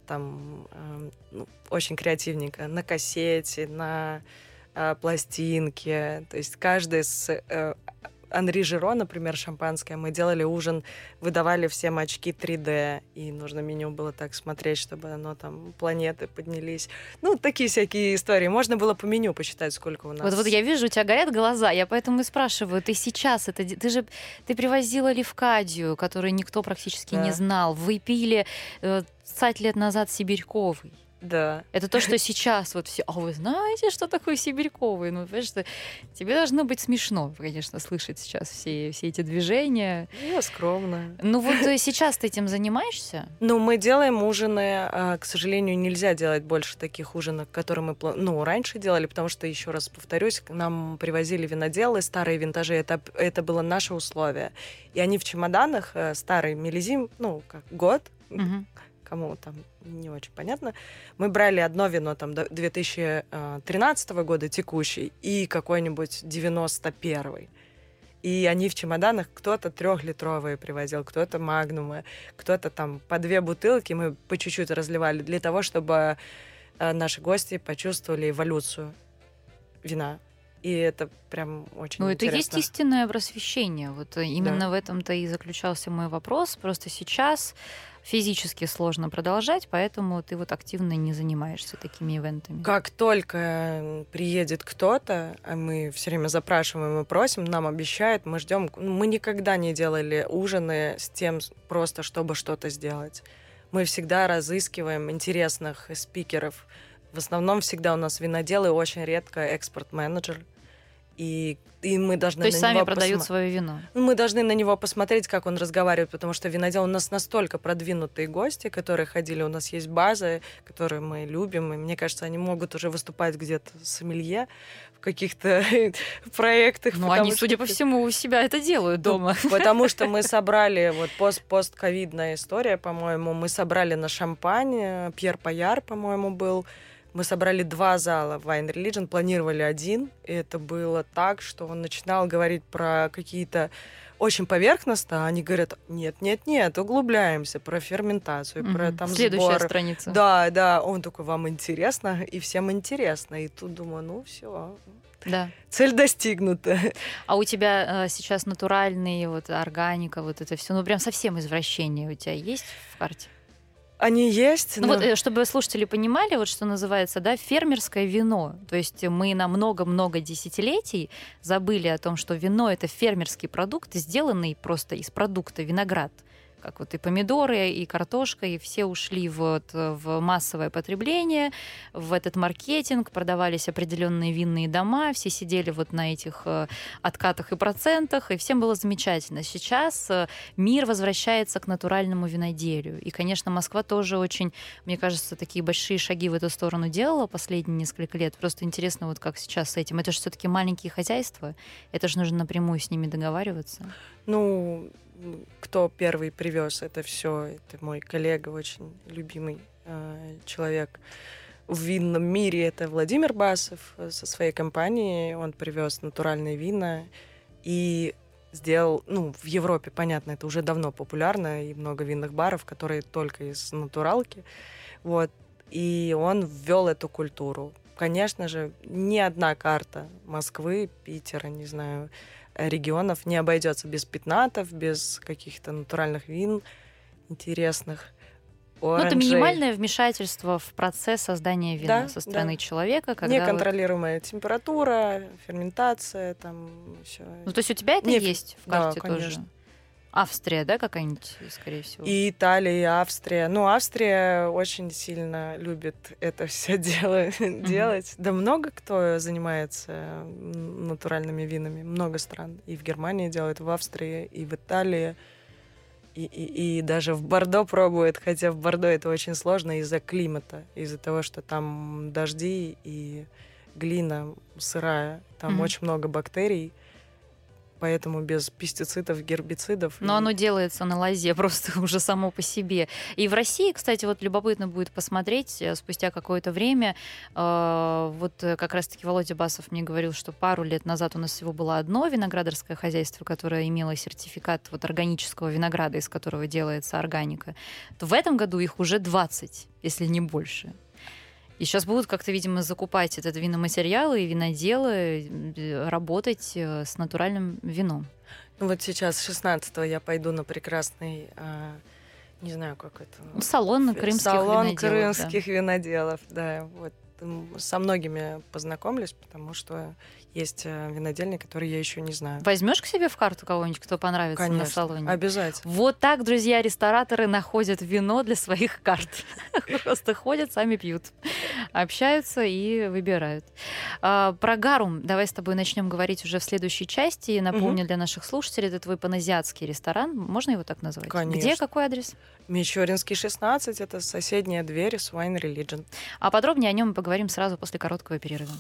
там э, ну, очень креативненько, на кассете, на э, пластинке. То есть каждый с... э, Анри Жиро, например, шампанское, мы делали ужин, выдавали всем очки три дэ, и нужно меню было так смотреть, чтобы оно там, планеты поднялись. Ну, такие всякие истории. Можно было по меню посчитать, сколько у нас. Вот, вот я вижу, у тебя горят глаза, я поэтому и спрашиваю, ты сейчас это... де- Ты же ты привозила Левкадию, которую никто практически не Да. знал. Вы пили э, двадцать лет назад Сибирьковый. Да. Это то, что сейчас вот все... А вы знаете, что такое Сибирьковый? Ну, понимаешь, что тебе должно быть смешно, конечно, слышать сейчас все, все эти движения. Я скромная. Ну вот э, сейчас ты этим занимаешься? Ну, мы делаем ужины. а, К сожалению, нельзя делать больше таких ужинов, которые мы пла- ну, раньше делали, потому что, еще раз повторюсь, к нам привозили виноделы, старые винтажи. Это, это было наше условие. И они в чемоданах, э, старый мелизим, ну, как год, Мгм. кому там не очень понятно, мы брали одно вино там до две тысячи тринадцатого года текущий и какой-нибудь девяносто первый. И они в чемоданах, кто-то трехлитровые привозил, кто-то магнумы, кто-то там по две бутылки мы по чуть-чуть разливали для того, чтобы э, наши гости почувствовали эволюцию вина. И это прям очень Ну, это и есть интересно. истинное просвещение. Вот э, именно в этом-то и заключался мой вопрос. Просто сейчас физически сложно продолжать, поэтому ты вот активно не занимаешься такими ивентами. Как только приедет кто-то, а мы все время запрашиваем и просим, нам обещают, мы ждем. Мы никогда не делали ужины с тем просто, чтобы что-то сделать. Мы всегда разыскиваем интересных спикеров. В основном всегда у нас виноделы, очень редко экспорт-менеджер. И, и мы должны То есть на сами него продают посма- свое вино. Ну, мы должны на него посмотреть, как он разговаривает, потому что винодел у нас настолько продвинутые гости, которые ходили, у нас есть базы, которые мы любим, и мне кажется, они могут уже выступать где-то сомелье в каких-то проектах. Ну, потому они, что- судя по всему, у себя это делают дома. Ну, потому что мы собрали, вот пост постковидная история, по-моему, мы собрали на шампань, Пьер Паяр, по-моему, был. Мы собрали два зала в Wine Religion, планировали один, и это было так, что он начинал говорить про какие-то очень поверхностно, а они говорят, нет, нет, нет, углубляемся, про ферментацию, про Мгм. там Следующая сбор. страница. Да, да, он такой, вам интересно, и всем интересно, и тут думаю, ну все, Да. цель достигнута. А у тебя э, сейчас натуральные, вот органика, вот это все, ну прям совсем извращение у тебя есть в карте? Они есть, Ну но... вот, э, чтобы слушатели понимали, вот что называется, да, фермерское вино. То есть мы на много-много десятилетий забыли о том, что вино — это фермерский продукт, сделанный просто из продукта виноград. Как вот и помидоры, и картошка, и все ушли вот в массовое потребление, в этот маркетинг, продавались определенные винные дома, все сидели вот на этих э, откатах и процентах, и всем было замечательно. Сейчас э, мир возвращается к натуральному виноделию. И, конечно, Москва тоже очень, мне кажется, такие большие шаги в эту сторону делала последние несколько лет. Просто интересно, вот как сейчас с этим. Это же все-таки маленькие хозяйства, это же нужно напрямую с ними договариваться. Ну, кто первый привез это все, это мой коллега, очень любимый э, человек в винном мире, это Владимир Басов со своей компанией. Он привез натуральные вина и сделал, ну, в Европе, понятно, это уже давно популярно, и много винных баров, которые только из натуралки. Вот. И он ввел эту культуру. Конечно же, ни одна карта Москвы, Питера, не знаю, регионов не обойдется без пятнатов, без каких-то натуральных вин интересных. Ну, это оранжей. минимальное вмешательство в процесс создания вина Да, со стороны да. человека. Когда вот- Неконтролируемая температура, ферментация, там все. Ну, то есть у тебя это Не, есть в да, карте тоже? конечно. Австрия, да, какая-нибудь, скорее всего? И Италия, и Австрия. Ну, Австрия очень сильно любит это все дело делать. Да много кто занимается м, натуральными винами. Много стран. И в Германии делают, в Австрии, и в Италии. и, и, и даже в Бордо пробуют, хотя в Бордо это очень сложно из-за климата, из-за того, что там дожди и глина сырая, там Мгм. очень много бактерий, поэтому без пестицидов, гербицидов. Но и- оно делается на лозе просто уже само по себе. И в России, кстати, вот любопытно будет посмотреть э, спустя какое-то время. э, Вот э, как раз-таки Володя Басов мне говорил, что пару лет назад у нас всего было одно виноградарское хозяйство, которое имело сертификат вот органического винограда, из которого делается органика. То в этом году их уже двадцать, если не больше. И сейчас будут как-то, видимо, закупать этот виноматериалы и виноделы, э, работать э, с натуральным вином. Ну вот сейчас, шестнадцатого, я пойду на прекрасный, а, не знаю, как это... Ну, салон фе- крымских Салон виноделов, да. крымских виноделов, да. Вот. М, Со многими познакомлюсь, потому что есть э, винодельни, которые я еще не знаю. Возьмешь к себе в карту кого-нибудь, кто понравится на Конечно, салоне? обязательно. Вот так, друзья, рестораторы находят вино для своих карт. Просто ходят, сами пьют, общаются и выбирают. А, Про Гарум давай с тобой начнем говорить уже в следующей части. Напомню для наших слушателей, это твой паназиатский ресторан. Можно его так назвать? Где, Конечно. какой адрес? Мичуринский, шестнадцать, это соседняя дверь с Wine Religion. А подробнее о нем мы поговорим сразу после короткого перерыва.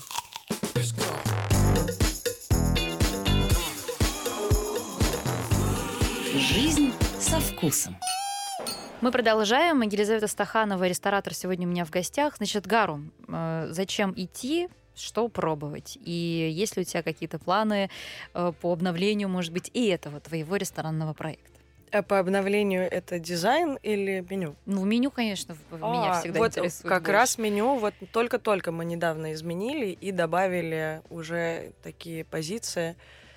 Жизнь со вкусом. Мы продолжаем. Елизавета Стаханова, ресторатор, сегодня у меня в гостях. Значит, Гарум, э, зачем идти, что пробовать? И есть ли у тебя какие-то планы э, по обновлению, может быть, и этого твоего ресторанного проекта? А по обновлению это дизайн или меню? Ну, меню, конечно, в- меня А, всегда вот интересует как больше. раз меню вот только-только мы недавно изменили и добавили уже такие позиции.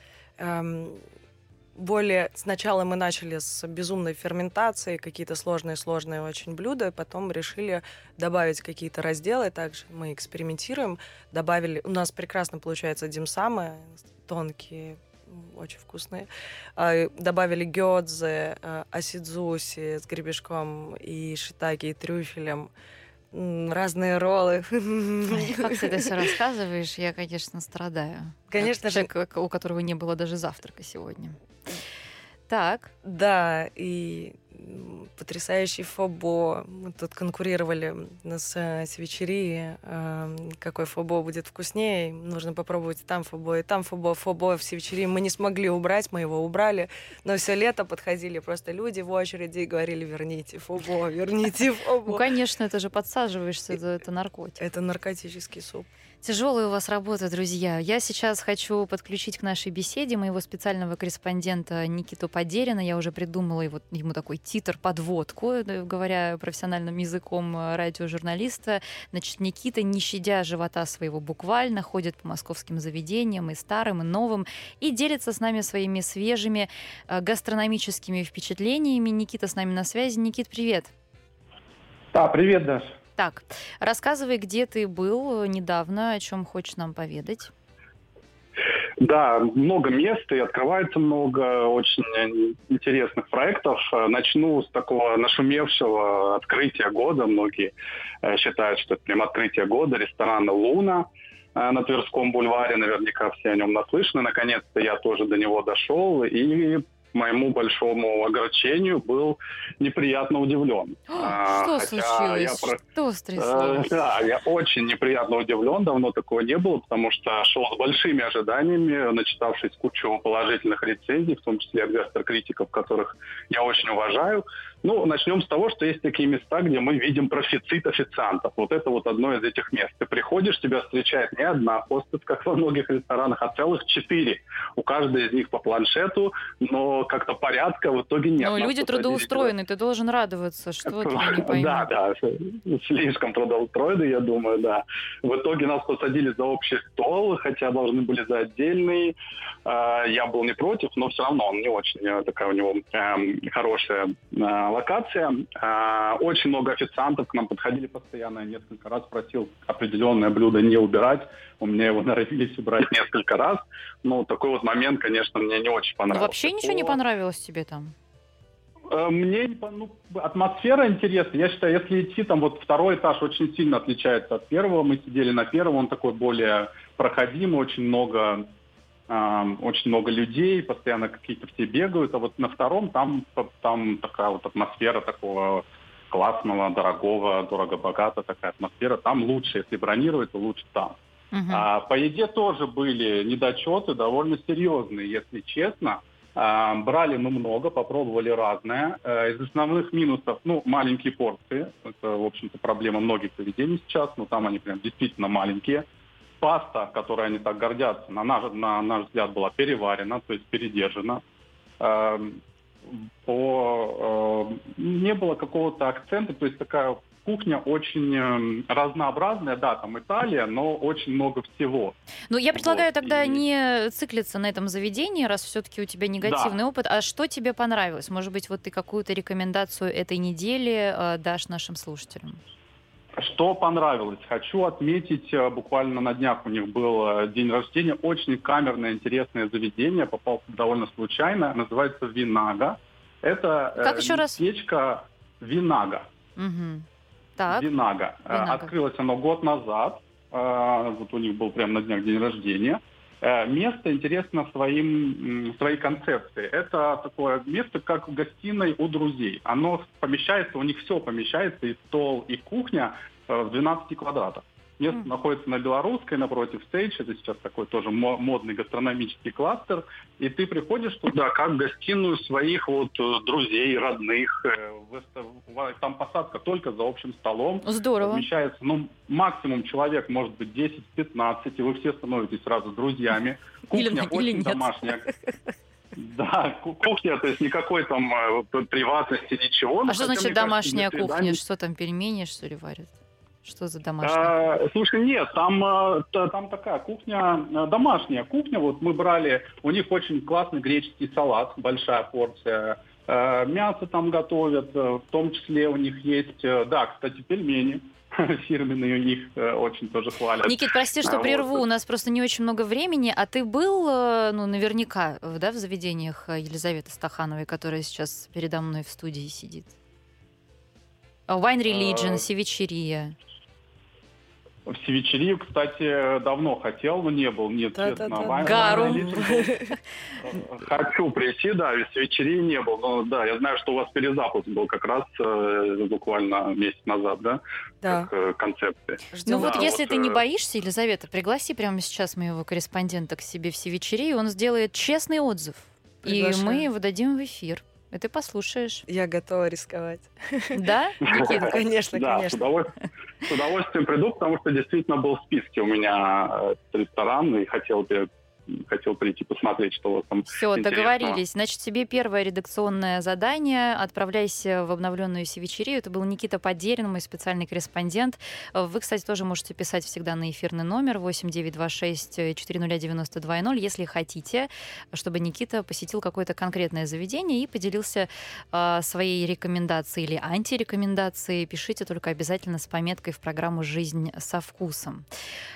Эм, более сначала мы начали с безумной ферментацией, какие-то сложные-сложные очень блюда, потом решили добавить какие-то разделы, также мы экспериментируем, добавили, у нас прекрасно получаются димсамы, тонкие, м, очень вкусные, А, добавили гёдзе, а, асидзуси с гребешком и шитаки, и трюфелем, м, разные роллы. Ой, как ты это все рассказываешь, я, конечно, страдаю. Как Конечно же. человек, у которого не было даже завтрака сегодня. Так, Да, и м, потрясающий фобо. Мы тут конкурировали с э, севичерии, эм, какой фобо будет вкуснее. Нужно попробовать и там фобо, и там фобо. Фобо в севичерии мы не смогли убрать, мы его убрали. Но все лето подходили просто люди в очереди и говорили: верните фобо, верните ну, фобо. конечно, это же подсаживаешься, это, это наркотик. Это наркотический суп. Тяжелая у вас работа, друзья. Я сейчас хочу подключить к нашей беседе моего специального корреспондента Никиту Подерина. Я уже придумала его, ему такой титр, подводку, э, говоря профессиональным языком э, радиожурналиста. Значит, Никита, не щадя живота своего буквально, ходит по московским заведениям и старым, и новым, и делится с нами своими свежими э, гастрономическими впечатлениями. Никита с нами на связи. Никит, привет. Да, привет, Даша. Так, рассказывай, где ты был недавно, о чем хочешь нам поведать. Да, много мест и открывается много очень интересных проектов. Начну с такого нашумевшего открытия года. Многие э, считают, что это прям открытие года. Ресторана «Луна» э, на Тверском бульваре. Наверняка все о нем наслышаны. Наконец-то я тоже до него дошел. И к моему большому огорчению был неприятно удивлен. А, Что хотя случилось? я про- Что Э, стряслось? Да, я очень неприятно удивлен, давно такого не было, потому что шел с большими ожиданиями, начитавшись кучу положительных рецензий, в том числе от гастрокритиков, которых я очень уважаю. Ну, начнем с того, что есть такие места, где мы видим профицит официантов. Вот это вот одно из этих мест. Ты приходишь, тебя встречает не одна хостес, как во многих ресторанах, а целых четыре. У каждой из них по планшету, но как-то порядка в итоге нет. Но Нас люди посадили трудоустроены, ты должен радоваться, что ты я не пойму. Да, да, слишком трудоустроены, я думаю, да. В итоге нас посадили за общий стол, хотя должны были за отдельный. А, Я был не против, но все равно он не очень э, такая у него эм, хорошая э, локация. А, Очень много официантов к нам подходили постоянно. Я несколько раз просил определенное блюдо не убирать. У меня его норовились убрать несколько раз. Но такой вот момент, конечно, мне не очень Ну, понравился. вообще ничего не По- понравилось тебе там? Э, Мне не пон- ну, атмосфера интересная. Я считаю, если идти, там вот второй этаж очень сильно отличается от первого. Мы сидели на первом, он такой более проходимый, очень много э, очень много людей, постоянно какие-то все бегают, а вот на втором там, там такая вот атмосфера такого классного, дорогого, дорого-богато такая атмосфера. Там лучше, если бронировать, то лучше там. Uh-huh. А, по еде тоже были недочеты довольно серьезные, если честно. А, брали мы много, попробовали разное. А, из основных минусов, ну, маленькие порции. Это, в общем-то, проблема многих заведений сейчас, но там они прям действительно маленькие. Паста, которой они так гордятся, на наш, на наш взгляд, была переварена, то есть передержана. А, по, э, не было какого-то акцента, то есть такая кухня очень э, разнообразная, да, там Италия, но очень много всего. Ну, я предлагаю вот. тогда И... не циклиться на этом заведении, раз все-таки у тебя негативный да. опыт. А что тебе понравилось? Может быть, вот ты какую-то рекомендацию этой недели э, дашь нашим слушателям? Что понравилось? Хочу отметить, буквально на днях у них был день рождения, очень камерное, интересное заведение, попал довольно случайно, называется Винага. Это как еще раз? местечко Винага. Угу. Так. Винага. Винага. Открылось оно год назад, вот у них был прямо на днях день рождения. Место интересно своим, своей концепцией. Это такое место, как в гостиной у друзей. Оно помещается, у них все помещается, и стол, и кухня в двенадцати квадратах. Место mm. находится на Белорусской, напротив Сейдж. Это сейчас такой тоже модный гастрономический кластер. И ты приходишь туда как в гостиную своих вот друзей, родных. Там посадка только за общим столом. Здорово. Помещается, ну, максимум человек может быть десять-пятнадцать, и вы все становитесь сразу друзьями. Кухня или, очень или домашняя. Да, кухня, то есть никакой там приватности, ничего. А что значит домашняя кухня? Что там, пельмени, что ли, варят? Что за домашняя? А, слушай, нет, там, там такая кухня, домашняя кухня. Вот мы брали, у них очень классный греческий салат, большая порция. Мясо там готовят, в том числе у них есть, да, кстати, пельмени. Фирменные у них очень тоже хвалят. Никит, прости, что а, прерву, вот. У нас просто не очень много времени. А ты был, ну, наверняка, да, в заведениях Елизаветы Стахановой, которая сейчас передо мной в студии сидит? Wine Religion, Севичерия. В Севичерию, кстати, давно хотел, но не был. Нет, честно. Гарум. Хочу прийти, да, в Севичерии не был. Но да, я знаю, что у вас перезапуск был как раз э, буквально месяц назад, да? Да. Как э, концепция. Ну да, вот если вот, ты не боишься, Елизавета, пригласи прямо сейчас моего корреспондента к себе в Севичерию, он сделает честный отзыв. Приглашаю. И мы его дадим в эфир. И ты послушаешь. Я готова рисковать. Да, Никита? Конечно, да, конечно. С удовольствием, с удовольствием приду, потому что действительно был в списке у меня ресторан, и хотел бы хотел прийти посмотреть, что у вас там Все, договорились. Значит, тебе первое редакционное задание. Отправляйся в обновленную Севичерию. Это был Никита Подерин, мой специальный корреспондент. Вы, кстати, тоже можете писать всегда на эфирный номер восемь девятьсот двадцать шесть четыреста девяносто два ноль, если хотите, чтобы Никита посетил какое-то конкретное заведение и поделился э, своей рекомендацией или антирекомендацией. Пишите только обязательно с пометкой в программу «Жизнь со вкусом».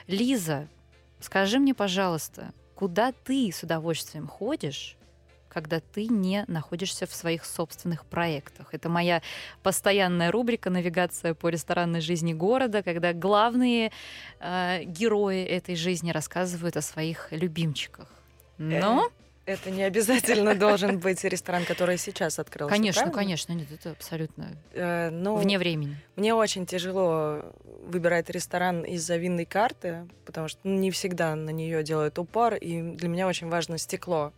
Лиза, скажи мне, пожалуйста, куда ты с удовольствием ходишь, когда ты не находишься в своих собственных проектах? Это моя постоянная рубрика «Навигация по ресторанной жизни города», когда главные э, герои этой жизни рассказывают о своих любимчиках. Но... Это не обязательно должен быть ресторан, который сейчас открылся. Конечно, правильно? конечно, нет, это абсолютно э, ну, вне времени. Мне очень тяжело выбирать ресторан из-за винной карты, потому что ну, не всегда на нее делают упор, и для меня очень важно стекло,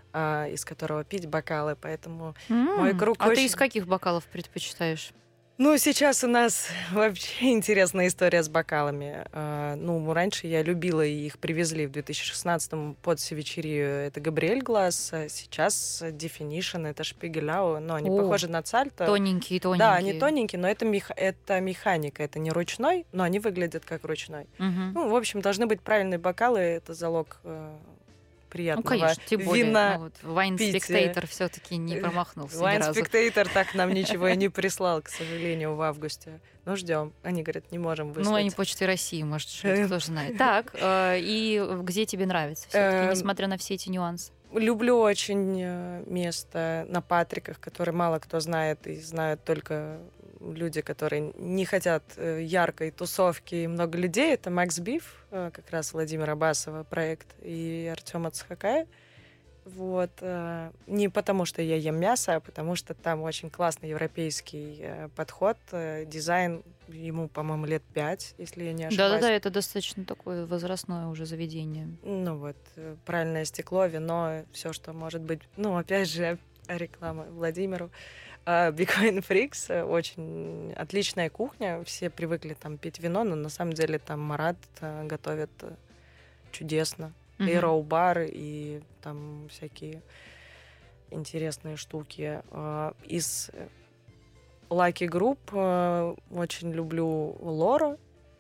э, из которого пить бокалы, поэтому mm-hmm. мой круг А очень... ты из каких бокалов предпочитаешь? Ну, сейчас у нас вообще интересная история с бокалами. Uh, ну, раньше я любила, и их привезли в две тысячи шестнадцатом под Севичерию. Это Габриэль Гласс, а сейчас Definition, это Шпигеляу. Но они О, похожи на Цальто. Тоненькие, тоненькие. Да, они тоненькие, но это, мех... это механика, это не ручной, но они выглядят как ручной. Угу. Ну, в общем, должны быть правильные бокалы, это залог... Uh, приятного ну, конечно, тем более, вина. Ну, вот, Wine Spectator все-таки не промахнулся Wine ни разу. Spectator так нам ничего и не прислал, к сожалению, в августе. Ну, ждем. Они говорят, не можем выслать. Ну, они Почтой России, может, кто же знает. Так, и где тебе нравится все-таки, несмотря на все эти нюансы? Люблю очень место на Патриках, которое мало кто знает, и знают только люди, которые не хотят э, яркой тусовки и много людей, это Макс Биф, э, как раз Владимира Басова проект, и Артема Цхакая. Вот. э, Не потому, что я ем мясо, а потому что там очень классный европейский э, подход, э, дизайн. Ему, по-моему, лет пять, если я не ошибаюсь. Да-да-да, это достаточно такое возрастное уже заведение. Ну вот, э, правильное стекло, вино, все, что может быть. Ну, опять же, реклама Владимиру. А, Bitcoin Freaks, э, очень отличная кухня. Все привыкли там пить вино, но на самом деле там Марат э, готовит э, чудесно. И Мгм. роу-бары, и там всякие интересные штуки. А, Из э, Lucky Group э, очень люблю Лора.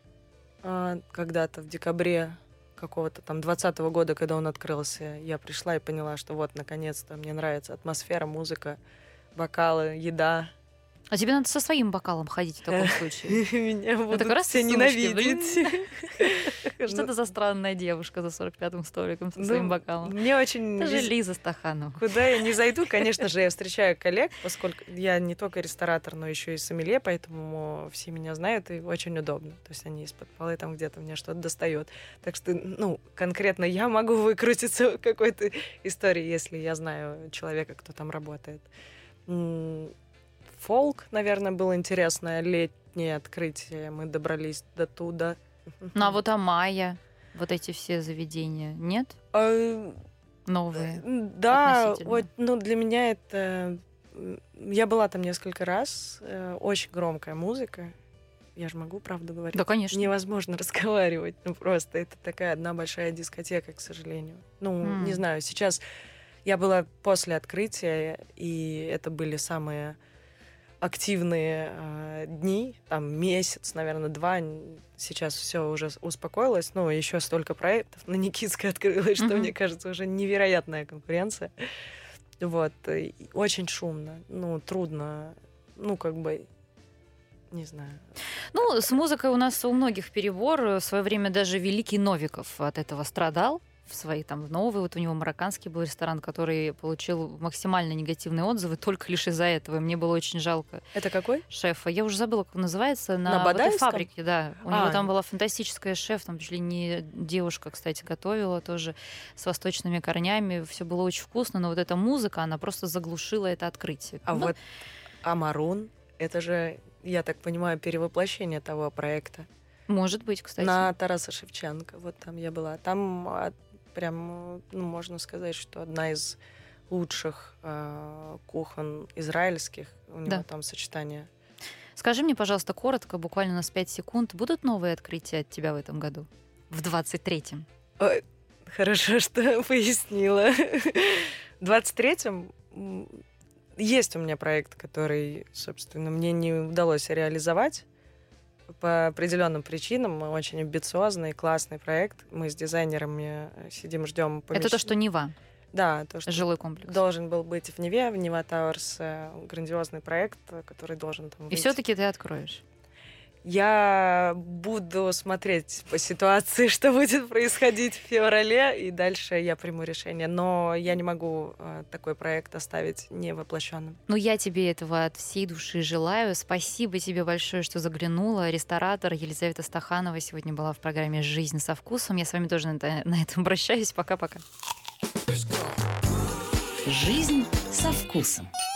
А, Когда-то в декабре какого-то там двадцатого года, когда он открылся, я пришла и поняла, что вот, наконец-то, мне нравится атмосфера, музыка, бокалы, еда. А тебе надо со своим бокалом ходить в таком случае. Меня будут такой раз все из сумочки, ненавидеть. Что это за странная девушка за сорок пятым столиком со Ну, своим бокалом? Мне очень... Это же вез- Лиза Стаханова. Куда я не зайду, конечно же, я встречаю коллег, поскольку я не только ресторатор, но еще и сомелье, поэтому все меня знают, и очень удобно. То есть они из-под полы там где-то мне что-то достают. Так что, ну, конкретно я могу выкрутиться в какой-то истории, если я знаю человека, кто там работает. М, Фолк, наверное, было интересное летнее открытие. Мы добрались до туда. Ну а вот Амайя, вот эти все заведения, нет? А, Новые? Да, относительно. вот, ну для меня это... м, Я была там несколько раз. э, Очень громкая музыка. Я же могу правду говорить? Да, конечно. Невозможно разговаривать. Ну просто это такая одна большая дискотека, к сожалению. Ну, М. не знаю, сейчас... Я была после открытия, и это были самые активные э, дни, там месяц, наверное, два. Н- Сейчас все уже с- успокоилось, но еще столько проектов на Никитской открылось, что, Мгм. мне кажется, уже невероятная конкуренция. Вот. И очень шумно, ну, трудно, ну, как бы, не знаю. Ну, с музыкой у нас у многих перебор. В свое время даже великий Новиков от этого страдал. В свои там новые, вот у него марокканский был ресторан, который получил максимально негативные отзывы только лишь из-за этого. И мне было очень жалко Это какой? шефа. Я уже забыла, как он называется. На На, вот этой Бадаевском? фабрике, да. У А. него там была фантастическая шеф, там чуть ли не девушка, кстати, готовила тоже с восточными корнями. Все было очень вкусно, но вот эта музыка, она просто заглушила это открытие. А Ну, вот Амарун, это же, я так понимаю, перевоплощение того проекта. может быть, кстати. На Тараса Шевченко, вот там я была. Там а, прям, ну, можно сказать, что одна из лучших э, кухон израильских. У него Да. там сочетание. Скажи мне, пожалуйста, коротко, буквально у нас пять секунд, будут новые открытия от тебя в этом году? В двадцать третьем? Ой, хорошо, что пояснила. В двадцать третьем м, есть у меня проект, который, собственно, мне не удалось реализовать по определенным причинам. Очень амбициозный, классный проект. Мы с дизайнерами сидим, ждем. Это то, что Нева, Да, то, что жилой комплекс. должен был быть в Неве, в Нева Тауэрс, э, грандиозный проект, э, который должен там И выйти. все-таки ты откроешь. Я буду смотреть по ситуации, что будет происходить в феврале, и дальше я приму решение. Но я не могу э, такой проект оставить невоплощенным. Ну, я тебе этого от всей души желаю. Спасибо тебе большое, что заглянула. Ресторатор Елизавета Стаханова сегодня была в программе «Жизнь со вкусом». Я с вами тоже на это- на этом прощаюсь. Пока-пока. Жизнь со вкусом.